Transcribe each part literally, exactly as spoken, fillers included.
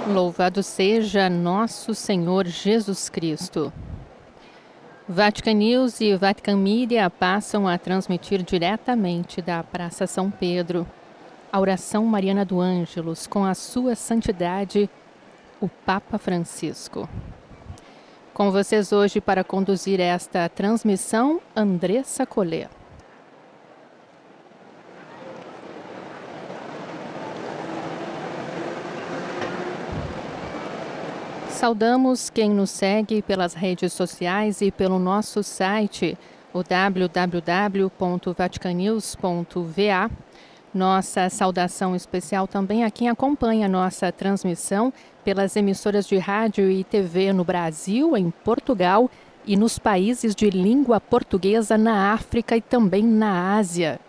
Louvado seja nosso Senhor Jesus Cristo. Vatican News e Vatican Media passam a transmitir diretamente da Praça São Pedro a oração mariana do Ângelus com a sua santidade, o Papa Francisco. Com vocês hoje para conduzir esta transmissão, Andressa Collet. Saudamos quem nos segue pelas redes sociais e pelo nosso site, o w w w ponto vatican news ponto v a. Nossa saudação especial também a quem acompanha nossa transmissão pelas emissoras de rádio e T V no Brasil, em Portugal e nos países de língua portuguesa na África e também na Ásia.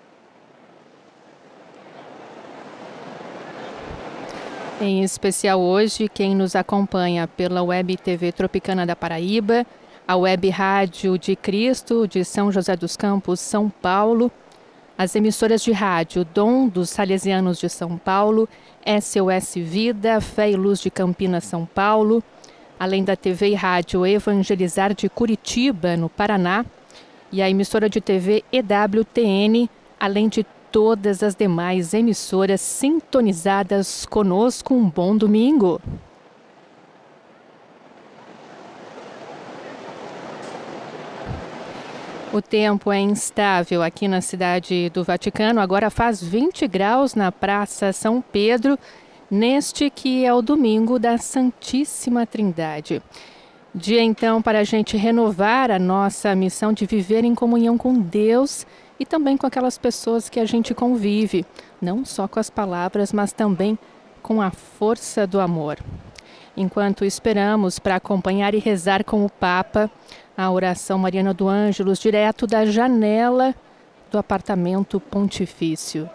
Em especial hoje, quem nos acompanha pela Web T V Tropicana da Paraíba, a Web Rádio de Cristo de São José dos Campos, São Paulo, as emissoras de rádio Dom dos Salesianos de São Paulo, S O S Vida, Fé e Luz de Campinas, São Paulo, além da T V e Rádio Evangelizar de Curitiba, no Paraná, e a emissora de T V E W T N, além de todas as demais emissoras sintonizadas conosco. Um bom domingo. O tempo é instável aqui na cidade do Vaticano. Agora faz vinte graus na Praça São Pedro, neste que é o domingo da Santíssima Trindade. Dia então para a gente renovar a nossa missão de viver em comunhão com Deus e também com aquelas pessoas que a gente convive, não só com as palavras, mas também com a força do amor. Enquanto esperamos para acompanhar e rezar com o Papa a oração mariana do Ângelus, direto da janela do apartamento pontifício.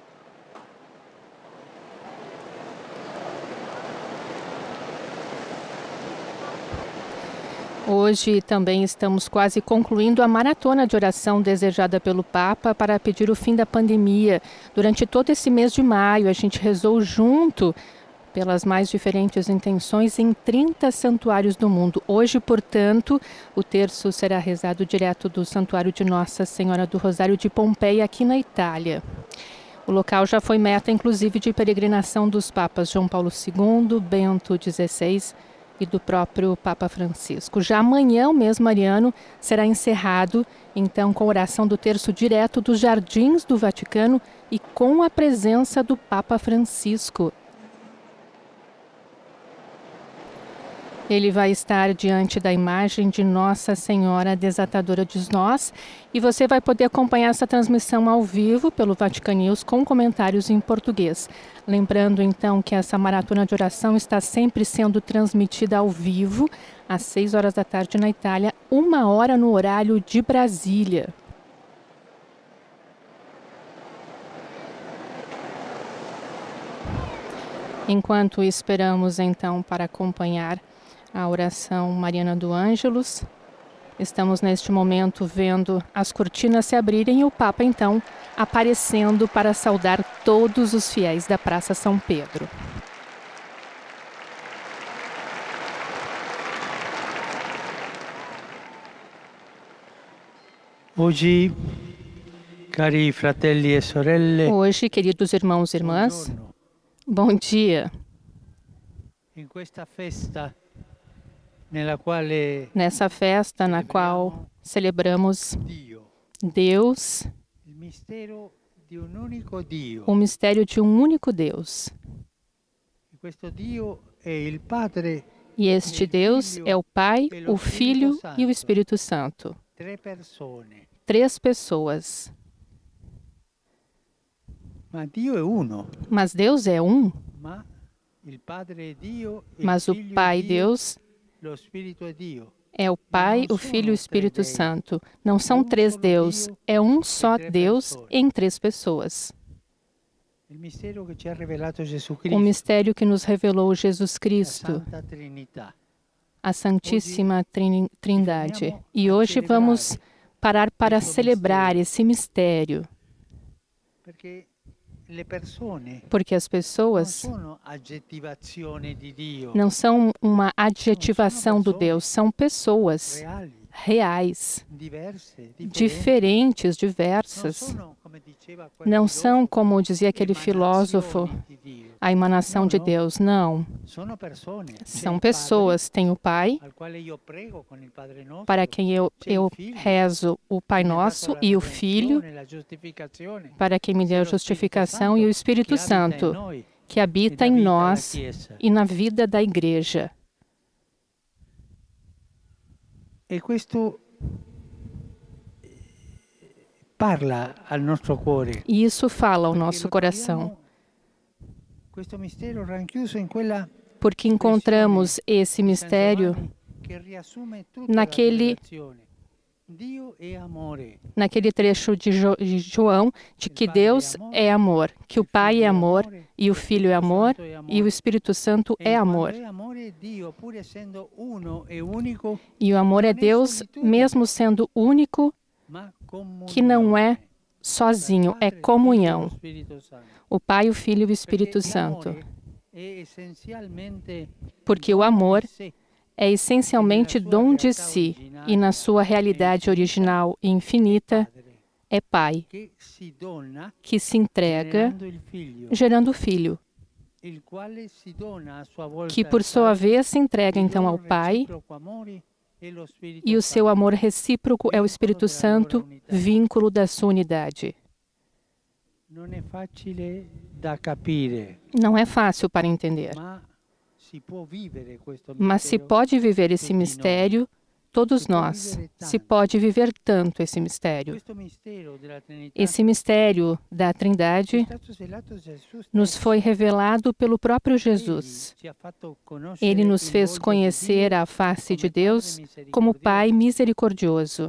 Hoje também estamos quase concluindo a maratona de oração desejada pelo Papa para pedir o fim da pandemia. Durante todo esse mês de maio, a gente rezou junto pelas mais diferentes intenções em trinta santuários do mundo. Hoje, portanto, o terço será rezado direto do Santuário de Nossa Senhora do Rosário de Pompeia, aqui na Itália. O local já foi meta, inclusive, de peregrinação dos papas João Paulo segundo, Bento dezesseis e do próprio Papa Francisco. Já amanhã, o mês mariano será encerrado, então, com a oração do terço direto dos Jardins do Vaticano e com a presença do Papa Francisco. Ele vai estar diante da imagem de Nossa Senhora Desatadora de Nós e você vai poder acompanhar essa transmissão ao vivo pelo Vatican News com comentários em português. Lembrando então que essa maratona de oração está sempre sendo transmitida ao vivo às seis horas da tarde na Itália, uma hora no horário de Brasília. Enquanto esperamos então para acompanhar a oração mariana do Ângelus, estamos neste momento vendo as cortinas se abrirem e o Papa então aparecendo para saudar todos os fiéis da Praça São Pedro. Hoje, cari fratelli e sorelle, Hoje, queridos irmãos e irmãs, bom dia. in questa festa nella quale Nessa festa na qual celebramos Dio, Deus, il mistero di un unico Dio. o mistério de um único Deus. E questo Dio è il Padre, E este Deus é o Pai, o Filho e o Espírito Santo. tre persone. Três pessoas. Ma Dio è uno. Mas Deus é um, Ma il Padre è Dio, il mas o Figlio Pai è Dio, Deus lo Spirito è Dio. é o Pai, o Filho e o Espírito Santo. Não são três Deus, é um só Deus em três pessoas. Il mistero che ci ha rivelato Gesù O Cristo, mistério que nos revelou Jesus la Cristo, Santa Trinità. a Santíssima Trin- Trindade. E hoje vamos parar para celebrar esse mistério, Perché Porque as pessoas não são uma adjetivação do Deus, são pessoas reais, diferentes, diversas. Não são, como dizia aquele filósofo, a emanação de Deus, não. São pessoas. Tem o Pai, para quem eu, eu rezo o Pai Nosso, e o Filho, para quem me deu a justificação, e o Espírito Santo, que habita em nós e na vida da Igreja. E questo parla al nostro cuore. E isso fala ao nosso coração. Porque encontramos esse mistério naquele, naquele trecho de, jo, de João, de que Deus é amor, que o Pai é amor, e o Filho é amor, e o Espírito Santo é amor. E o amor é Deus, mesmo sendo único, que não é sozinho, é comunhão. O Pai, o Filho e o Espírito Santo. Porque o amor é essencialmente dom de si, e na sua realidade original e infinita, é Pai, que se entrega gerando o Filho, que por sua vez se entrega então ao Pai, e o seu amor recíproco é o Espírito Santo, vínculo da sua unidade. Não é fácil para entender, mas se pode viver esse mistério, todos nós, se pode viver tanto esse mistério. Esse mistério da Trindade nos foi revelado pelo próprio Jesus. Ele nos fez conhecer a face de Deus como Pai misericordioso.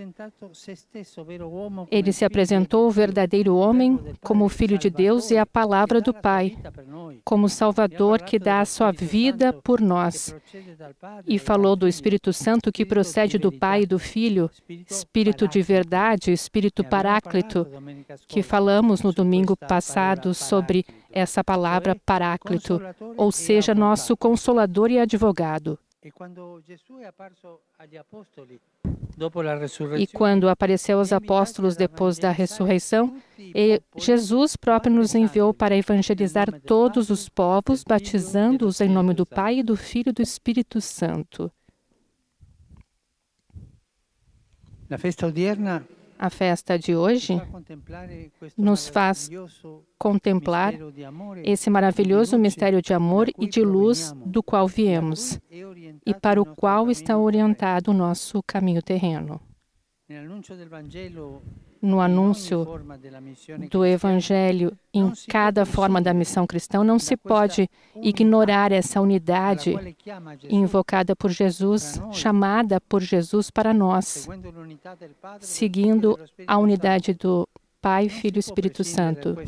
Ele se apresentou o verdadeiro homem como o Filho de Deus e a palavra do Pai, como Salvador que dá a sua vida por nós. E falou do Espírito Santo que procede do Pai e do Filho, Espírito de verdade, Espírito Paráclito, que falamos no domingo passado sobre essa palavra Paráclito, ou seja, nosso Consolador e Advogado. E quando apareceu aos apóstolos depois da ressurreição, Jesus próprio nos enviou para evangelizar todos os povos, batizando-os em nome do Pai, e do Filho e do Espírito Santo. A festa de hoje nos faz contemplar esse maravilhoso mistério de amor e de luz do qual viemos e para o qual está orientado o nosso caminho terreno. No anúncio do Evangelho, em cada forma da missão cristã, não se pode ignorar essa unidade invocada por Jesus, chamada por Jesus para nós, seguindo a unidade do Pai, Filho e Espírito Santo.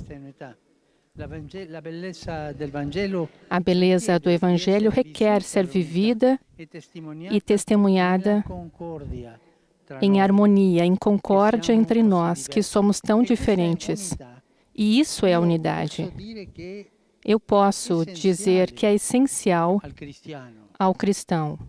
A beleza do Evangelho requer ser vivida e testemunhada em harmonia, em concórdia entre nós, que somos tão diferentes. E isso é a unidade. Eu posso dizer que é essencial ao cristão.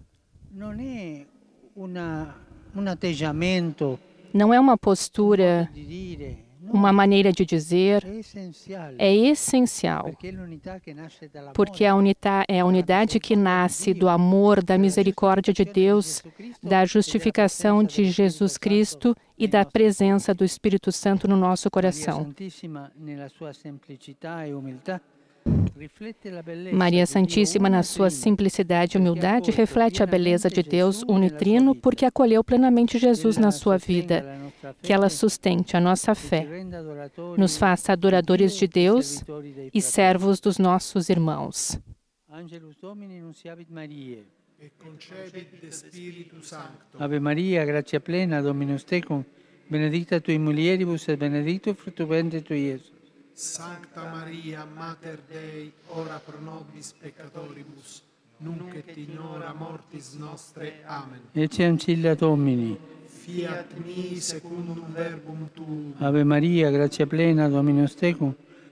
Não é uma postura, uma maneira de dizer, é essencial, porque a unidade é a unidade que nasce do amor, da misericórdia de Deus, da justificação de Jesus Cristo e da presença do Espírito Santo no nosso coração. Maria Santíssima, na sua simplicidade e humildade, reflete a beleza de Deus unitrino porque acolheu plenamente Jesus na sua vida. Que ela sustente a nossa fé, nos faça adoradores de Deus e servos dos nossos irmãos. Ave Maria, gratia plena, Dominus tecum, benedicta tui mulieribus et benedictus fructus ventris tui, Iesus. Sancta Maria, Mater Dei, ora pro nobis peccatoribus, nunc et in hora mortis nostre. Amen. Ecce ancilla Domini. Fiat mi secundum verbum tuum. Ave Maria, gratia plena, Dominus tecum,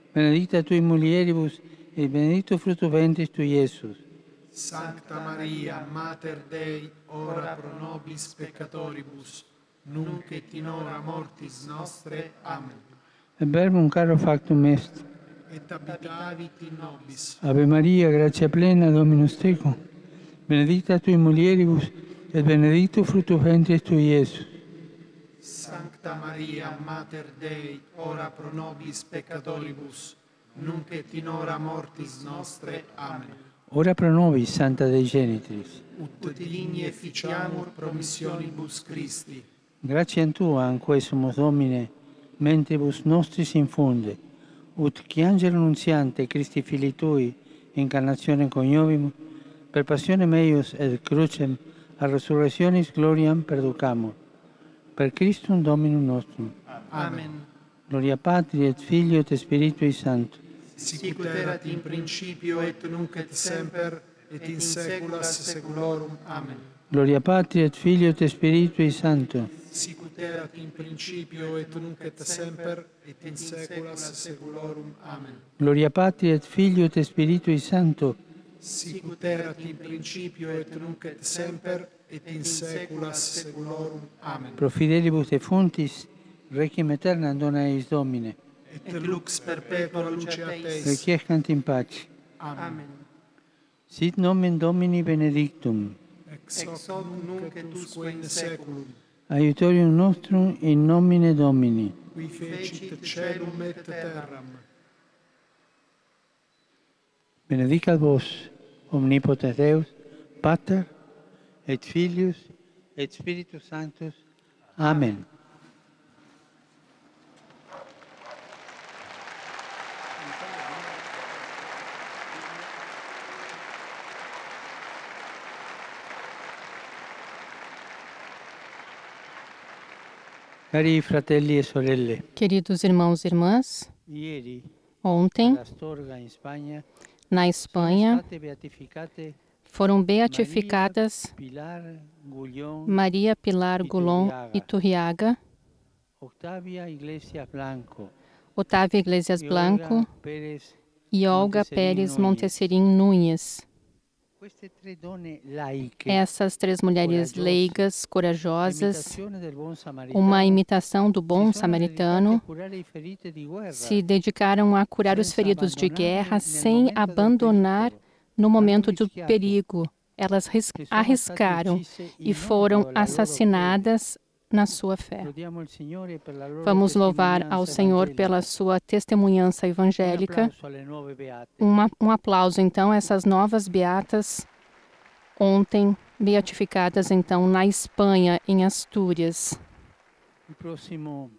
benedicta tui mulieribus, et benedictus fructus ventris tui, Iesus. Sancta Maria, Mater Dei, ora pro nobis peccatoribus, nunc et in hora mortis nostre. Amen. Et verbum caro factum est. Et habitavit in nobis. Ave Maria, gratia plena, Dominus tecum, benedicta tui mulieribus, et benedictus fructus ventris tui, Iesus. Sancta Maria, Mater Dei, ora pro nobis peccatoribus, nunc et in hora mortis nostre. Amen. Ora pro nobis, Santa Dei Genitris. Ut digni efficiamur promissionibus Christi. Gratiam Tua, anque sumus Domine, mentibus nostris infunde, ut qui angelo nunziante Christi Filii Tui, incarnationem coniovimus, per passionem eius et crucem, a resurrectionis gloriam perducamur. Per Christum Dominum nostrum. Amen. Gloria Patri et Filio et Spiritui Sancto. Sicut erat in principio et nunc et semper et in saecula saeculorum. Amen. Gloria Patri et Filio et Spiritui Sancto. Sicut erat in principio et nunc et semper et in saecula saeculorum. Amen. Gloria Patri et Filio et Spiritui Sancto. Sicut erat in principio et nunc et semper et in saecula saeculorum. Amen. Pro fidelibus defunctis, requiem aeternam dona eis Domine. Et lux perpetua luce a Teis. Requiescant in pace. Amen. Sit nomen Domini benedictum. Ex hoc nunc et usque in saeculum. Aiutorium nostrum in nomine Domini. Qui fecit caelum et terram. Benedicat vos, omnipotens Deus, Pater, et Filius, et Spiritus Sanctus. Amen. Cari fratelli e sorelle, Queridos irmãos e irmãs, ieri ontem, alla Astorga in Spagna na sono Espanha, state beatificate foram beatificadas Pilar Gullón, Maria Pilar Gulon Iturriaga, Octavia Iglesias Blanco, Otávia Iglesias e Blanco Olga Pérez. e Olga Montesserim Pérez Nunes. Montesserim Nunes. Queste tre donne laiche, Essas três mulheres corajosas, leigas, corajosas, imitazione del buon samaritano, uma imitação do bom si sono dedicate samaritano, a curare i feriti di guerra, se dedicaram a curar os senza feridos de abbandonare guerra nel sem momento del abandonar pericolo. no momento Hanno do rischiato. perigo. Elas ris- che sono arriscaram state uccise in e nome foram della loro assassinadas na sua fé. fede. Lodiamo il Signore per la loro Vamos louvar ao testimonianza Senhor evangelica. pela sua testemunhança Un evangélica. applauso alle nuove beate. Uma, um aplauso, então, a essas novas beatas, ontem beatificadas, então, na Espanha, em Astúrias. Il prossimo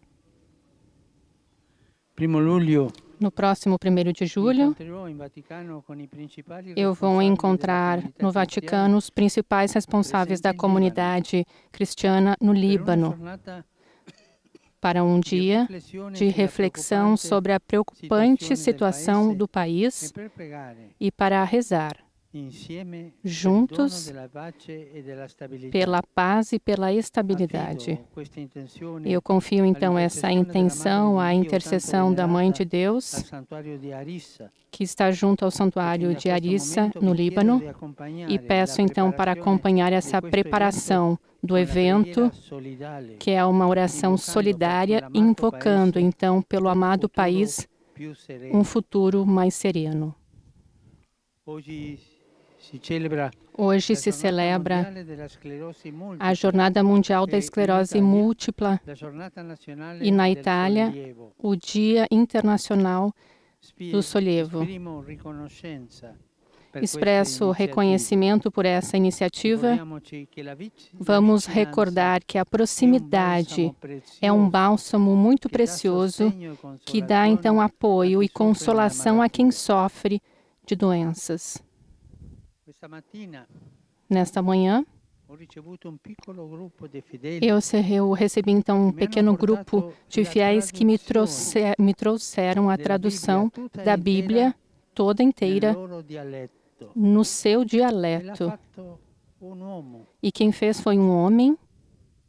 primo luglio No próximo primeiro de julho, incontrerò in Vaticano con i principali eu vou responsabili encontrar della no comunità Vaticano os principais responsáveis da comunidade cristiana no Líbano para um dia de reflexão sobre a preocupante situação do país e per pregare e para rezar insieme juntos per il dono della pace e della stabilità. pela paz e pela estabilidade. Affido questa intenzione Eu confio então essa intenção, a intercessão da Mãe de Deus, al santuario di Arissa, que está junto ao santuário de Arissa, no Líbano, e peço então para acompanhar essa preparação do evento, que é uma oração solidária, invocando então pelo amado país um futuro mais sereno. Hoje si celebra Hoje se celebra a Jornada Mundial da Esclerose Múltipla e, na Itália, o Dia Internacional do Sollievo. Expresso reconhecimento por essa iniciativa. Vamos recordar que a proximidade é um bálsamo muito precioso que dá, então, apoio e consolação a quem sofre de doenças. Nesta manhã, eu, eu recebi então um pequeno grupo de fiéis que me, trouxer, me trouxeram a tradução da Bíblia toda inteira no seu dialeto. E quem fez foi um homem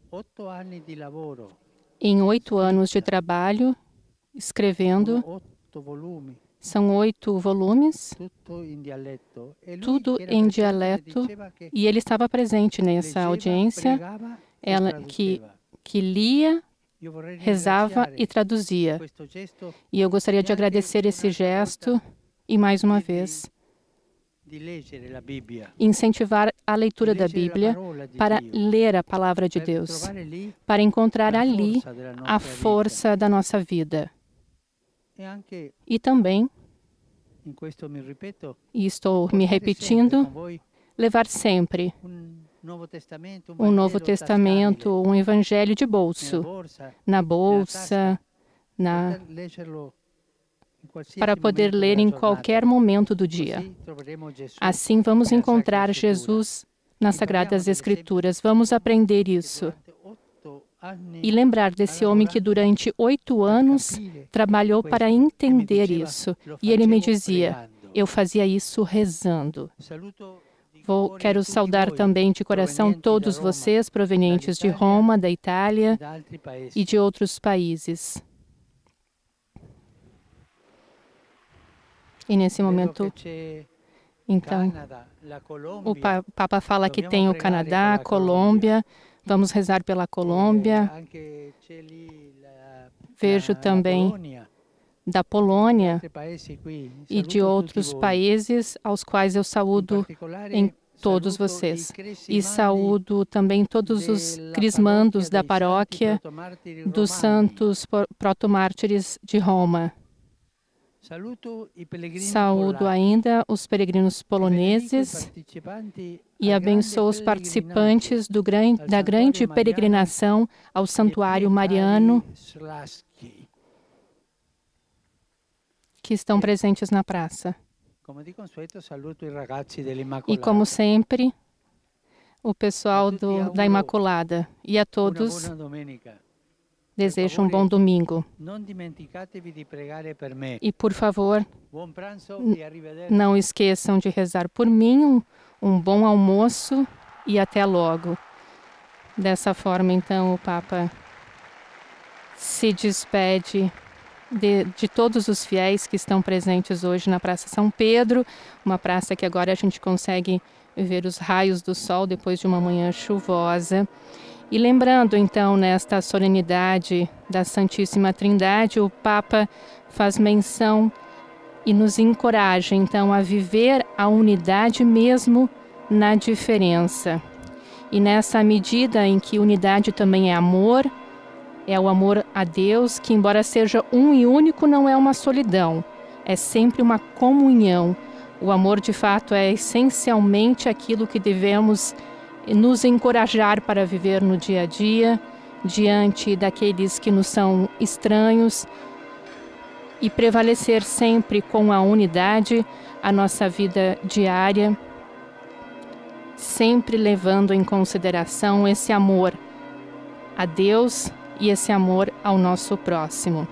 em oito anos de trabalho, escrevendo São oito volumes, tudo em dialeto, e ele estava presente nessa audiência, ela que, que lia, rezava e traduzia. E eu gostaria de agradecer esse gesto e, mais uma vez, incentivar a leitura da Bíblia para ler a palavra de Deus, para encontrar ali a força da nossa vida. E também, e estou me repetindo, levar sempre um Novo Testamento, um Evangelho de bolso, na bolsa, na, para poder ler em qualquer momento do dia. Assim vamos encontrar Jesus nas Sagradas Escrituras. Vamos aprender isso. E lembrar desse homem que durante oito anos trabalhou para entender isso. E ele me dizia, eu fazia isso rezando. Vou, quero saudar também de coração todos vocês, provenientes de Roma, da Itália e de outros países. E nesse momento, então, o Papa fala que tem o Canadá, a Colômbia. Vamos rezar pela Colômbia. Vejo também da Polônia e de outros países aos quais eu saúdo em todos vocês. E saúdo também todos os crismandos da paróquia dos santos protomártires de Roma. Saúdo ainda os peregrinos poloneses e abençoo os participantes do gran, da grande peregrinação ao Santuário Mariano que estão presentes na praça. E, como sempre, o pessoal do, da Imaculada. E a todos desejo um bom domingo. E, por favor, não esqueçam de rezar por mim, um, um bom almoço e até logo. Dessa forma, então, o Papa se despede de, de todos os fiéis que estão presentes hoje na Praça São Pedro, uma praça que agora a gente consegue ver os raios do sol depois de uma manhã chuvosa. E lembrando, então, nesta solenidade da Santíssima Trindade, o Papa faz menção e nos encoraja, então, a viver a unidade mesmo na diferença. E nessa medida em que unidade também é amor, é o amor a Deus, que embora seja um e único, não é uma solidão, é sempre uma comunhão. O amor, de fato, é essencialmente aquilo que devemos nos encorajar para viver no dia a dia, diante daqueles que nos são estranhos, e prevalecer sempre com a unidade a nossa vida diária, sempre levando em consideração esse amor a Deus e esse amor ao nosso próximo.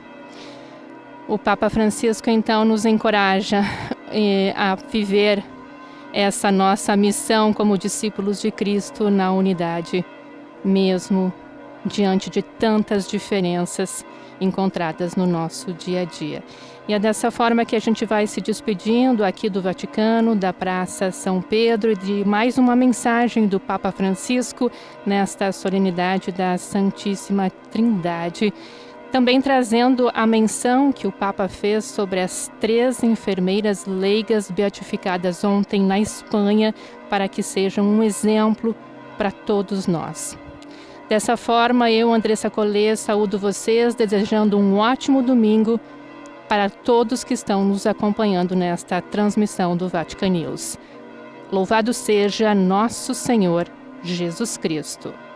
O Papa Francisco, então, nos encoraja eh, a viver essa nossa missão como discípulos de Cristo na unidade, mesmo diante de tantas diferenças encontradas no nosso dia a dia. E é dessa forma que a gente vai se despedindo aqui do Vaticano, da Praça São Pedro, e de mais uma mensagem do Papa Francisco nesta solenidade da Santíssima Trindade. Também trazendo a menção que o Papa fez sobre as três enfermeiras leigas beatificadas ontem na Espanha, para que sejam um exemplo para todos nós. Dessa forma, eu, Andressa Collet, saúdo vocês, desejando um ótimo domingo para todos que estão nos acompanhando nesta transmissão do Vatican News. Louvado seja nosso Senhor Jesus Cristo.